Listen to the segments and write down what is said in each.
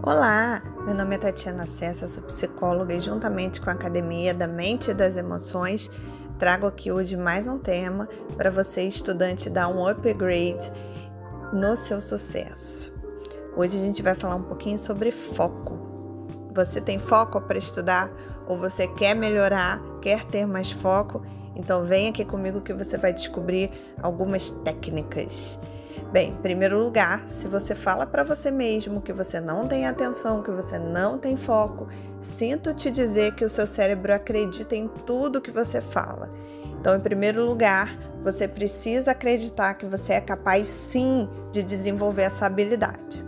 Olá, meu nome é Tatiana Cessa, sou psicóloga e juntamente com a Academia da Mente e das Emoções, trago aqui hoje mais um tema para você, estudante, dar um upgrade no seu sucesso. Hoje a gente vai falar um pouquinho sobre foco. Você tem foco para estudar ou você quer melhorar, quer ter mais foco? Então vem aqui comigo que você vai descobrir algumas técnicas. Bem, em primeiro lugar, se você fala para você mesmo que você não tem atenção, que você não tem foco, sinto te dizer que o seu cérebro acredita em tudo que você fala. Então, em primeiro lugar, você precisa acreditar que você é capaz sim de desenvolver essa habilidade.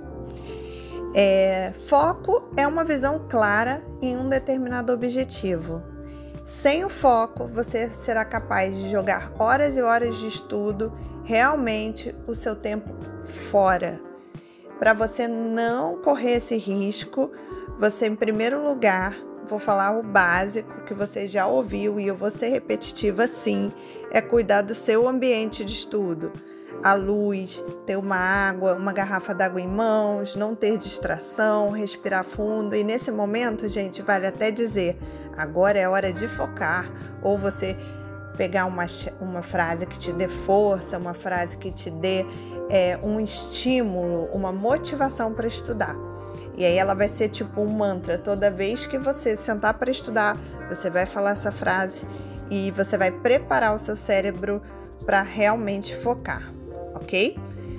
Foco é uma visão clara em um determinado objetivo. Sem o foco, você será capaz de jogar horas e horas de estudo, realmente o seu tempo fora. Para você não correr esse risco, você, em primeiro lugar, vou falar o básico que você já ouviu e eu vou ser repetitiva sim, é cuidar do seu ambiente de estudo. A luz, ter uma água, uma garrafa d'água em mãos, não ter distração, respirar fundo. E nesse momento, gente, vale até dizer, agora é hora de focar, ou você pegar uma frase que te dê força, uma frase que te dê um estímulo, uma motivação para estudar. E aí ela vai ser tipo um mantra. Toda vez que você sentar para estudar, você vai falar essa frase e você vai preparar o seu cérebro para realmente focar, ok?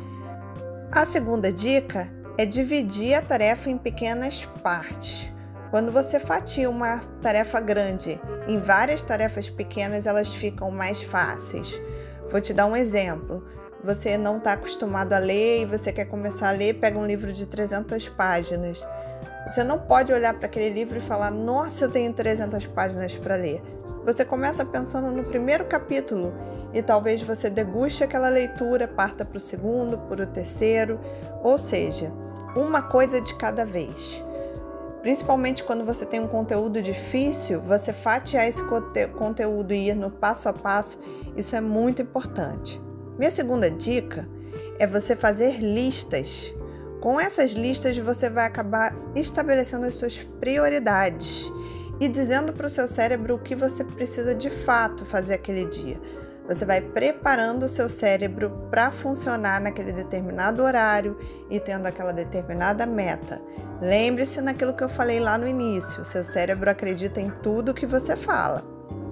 A segunda dica é dividir a tarefa em pequenas partes. Quando você fatia uma tarefa grande em várias tarefas pequenas, elas ficam mais fáceis. Vou te dar um exemplo. Você não está acostumado a ler e você quer começar a ler, pega um livro de 300 páginas. Você não pode olhar para aquele livro e falar, nossa, eu tenho 300 páginas para ler. Você começa pensando no primeiro capítulo e talvez você deguste aquela leitura, parta para o segundo, para o terceiro, ou seja, uma coisa de cada vez. Principalmente quando você tem um conteúdo difícil, você fatiar esse conteúdo e ir no passo a passo, isso é muito importante. Minha segunda dica é você fazer listas. Com essas listas, você vai acabar estabelecendo as suas prioridades e dizendo para o seu cérebro o que você precisa de fato fazer aquele dia. Você vai preparando o seu cérebro para funcionar naquele determinado horário e tendo aquela determinada meta. Lembre-se naquilo que eu falei lá no início, seu cérebro acredita em tudo que você fala.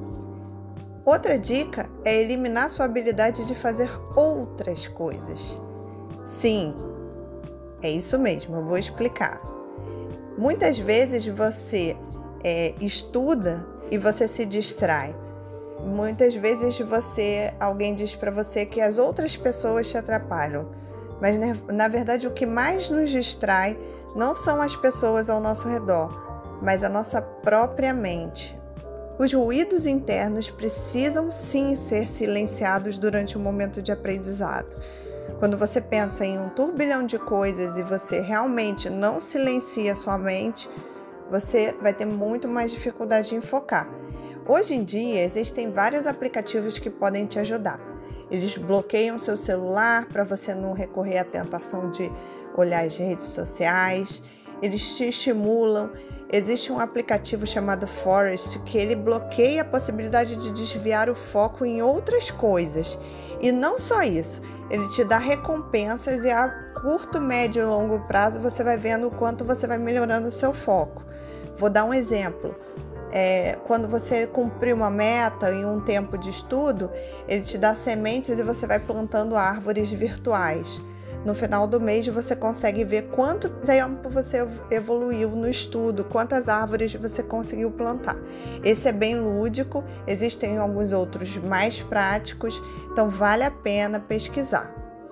Outra dica é eliminar sua habilidade de fazer outras coisas. Sim, é isso mesmo, eu vou explicar. Muitas vezes você estuda e você se distrai. Muitas vezes alguém diz para você que as outras pessoas te atrapalham, mas na verdade o que mais nos distrai não são as pessoas ao nosso redor, mas a nossa própria mente. Os ruídos internos precisam sim ser silenciados durante o momento de aprendizado. Quando você pensa em um turbilhão de coisas e você realmente não silencia sua mente, você vai ter muito mais dificuldade em focar. Hoje em dia, existem vários aplicativos que podem te ajudar. Eles bloqueiam seu celular para você não recorrer à tentação de olhar as redes sociais. Eles te estimulam. Existe um aplicativo chamado Forest que ele bloqueia a possibilidade de desviar o foco em outras coisas. E não só isso, ele te dá recompensas e a curto, médio e longo prazo você vai vendo o quanto você vai melhorando o seu foco. Vou dar um exemplo. Quando você cumprir uma meta em um tempo de estudo, ele te dá sementes e você vai plantando árvores virtuais. No final do mês você consegue ver quanto tempo você evoluiu no estudo, quantas árvores você conseguiu plantar. Esse é bem lúdico, existem alguns outros mais práticos, então vale a pena pesquisar.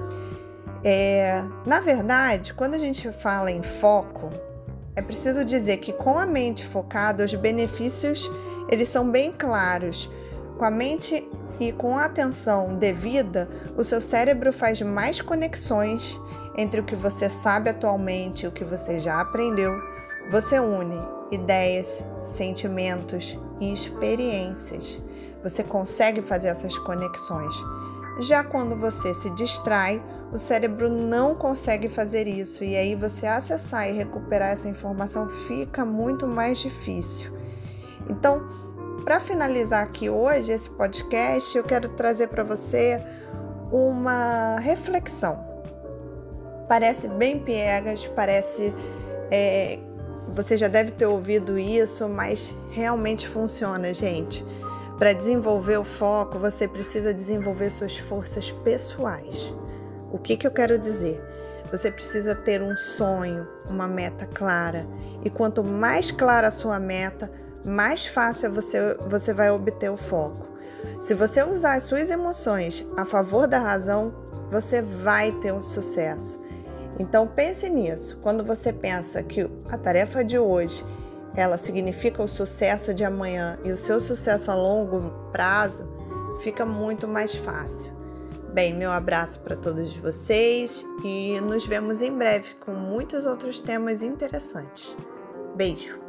Na verdade, quando a gente fala em foco, é preciso dizer que com a mente focada, os benefícios eles são bem claros. Com a mente e com a atenção devida, o seu cérebro faz mais conexões entre o que você sabe atualmente e o que você já aprendeu. Você une ideias, sentimentos e experiências. Você consegue fazer essas conexões. Já quando você se distrai, o cérebro não consegue fazer isso, e aí você acessar e recuperar essa informação fica muito mais difícil. Então, para finalizar aqui hoje esse podcast, eu quero trazer para você uma reflexão. Parece bem piegas, parece... você já deve ter ouvido isso, mas realmente funciona, gente. Para desenvolver o foco, você precisa desenvolver suas forças pessoais. O que eu quero dizer? Você precisa ter um sonho, uma meta clara. E quanto mais clara a sua meta, mais fácil você vai obter o foco. Se você usar as suas emoções a favor da razão, você vai ter um sucesso. Então pense nisso. Quando você pensa que a tarefa de hoje ela significa o sucesso de amanhã e o seu sucesso a longo prazo, fica muito mais fácil. Bem, meu abraço para todos vocês e nos vemos em breve com muitos outros temas interessantes. Beijo!